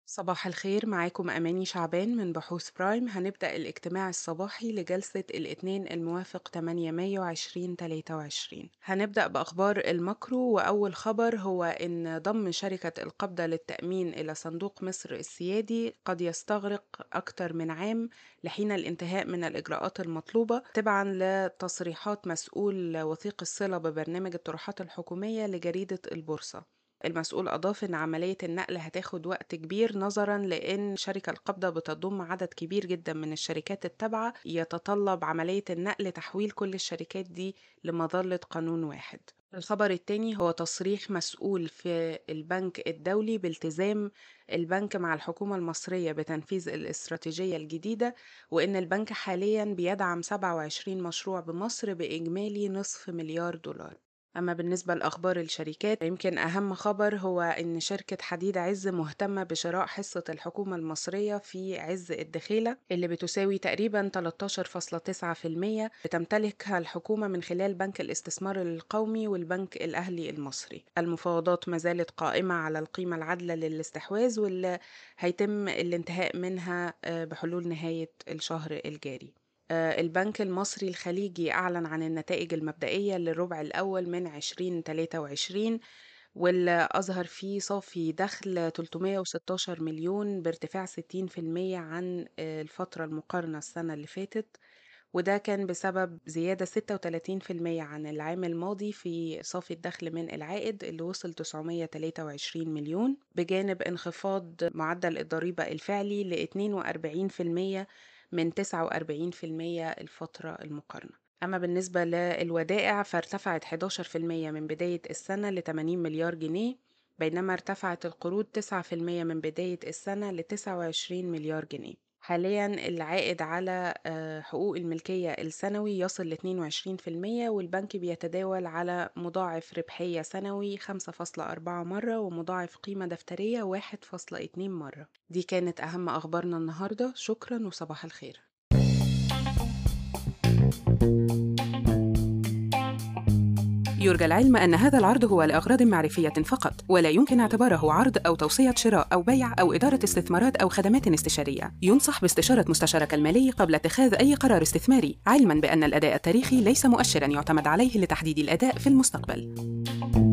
صباح الخير، معاكم أماني شعبان من بحوث برايم. هنبدأ الاجتماع الصباحي لجلسة الاثنين الموافق 8 مايو 2023. هنبدأ بأخبار الماكرو، وأول خبر هو إن ضم شركة القبضة للتأمين إلى صندوق مصر السيادي قد يستغرق أكثر من عام لحين الانتهاء من الإجراءات المطلوبة تبعا لتصريحات مسؤول وثيق الصلة ببرنامج الطروحات الحكومية لجريدة البورصة. المسؤول أضاف إن عملية النقل هتاخد وقت كبير نظرا لأن شركة القبضة بتضم عدد كبير جدا من الشركات التابعة، يتطلب عملية النقل تحويل كل الشركات دي لمظلة قانون واحد. الخبر التاني هو تصريح مسؤول في البنك الدولي بالتزام البنك مع الحكومة المصرية بتنفيذ الاستراتيجية الجديدة، وإن البنك حاليا بيدعم 27 مشروع بمصر بإجمالي نصف مليار دولار. أما بالنسبة لأخبار الشركات، يمكن أهم خبر هو إن شركة حديد عز مهتمة بشراء حصة الحكومة المصرية في عز الدخيلة اللي بتساوي تقريبا 13.9% بتمتلكها الحكومة من خلال بنك الاستثمار القومي والبنك الأهلي المصري. المفاوضات ما زالت قائمة على القيمة العادلة للاستحواذ، واللي هيتم الانتهاء منها بحلول نهاية الشهر الجاري. البنك المصري الخليجي أعلن عن النتائج المبدئية للربع الأول من 2023، واللي أظهر فيه صافي دخل 316 مليون بارتفاع 60% عن الفترة المقارنة السنة اللي فاتت، وده كان بسبب زيادة 36% عن العام الماضي في صافي الدخل من العائد اللي وصل 923 مليون، بجانب انخفاض معدل الضريبة الفعلي ل 42% من 49% الفترة المقارنة. أما بالنسبة للودائع فارتفعت 11% من بداية السنة ل 80 مليار جنيه، بينما ارتفعت القروض 9% من بداية السنة ل 29 مليار جنيه. حاليا العائد على حقوق الملكية السنوي يصل ل 22%، والبنك بيتداول على مضاعف ربحية سنوي 5.4 مرة ومضاعف قيمة دفترية 1.2 مرة. دي كانت أهم أخبارنا النهاردة، شكرا وصباح الخير. يرجى العلم أن هذا العرض هو لأغراض معرفية فقط، ولا يمكن اعتباره عرض أو توصية شراء أو بيع أو إدارة استثمارات أو خدمات استشارية. ينصح باستشارة مستشارك المالي قبل اتخاذ أي قرار استثماري، علماً بأن الأداء التاريخي ليس مؤشراً يعتمد عليه لتحديد الأداء في المستقبل.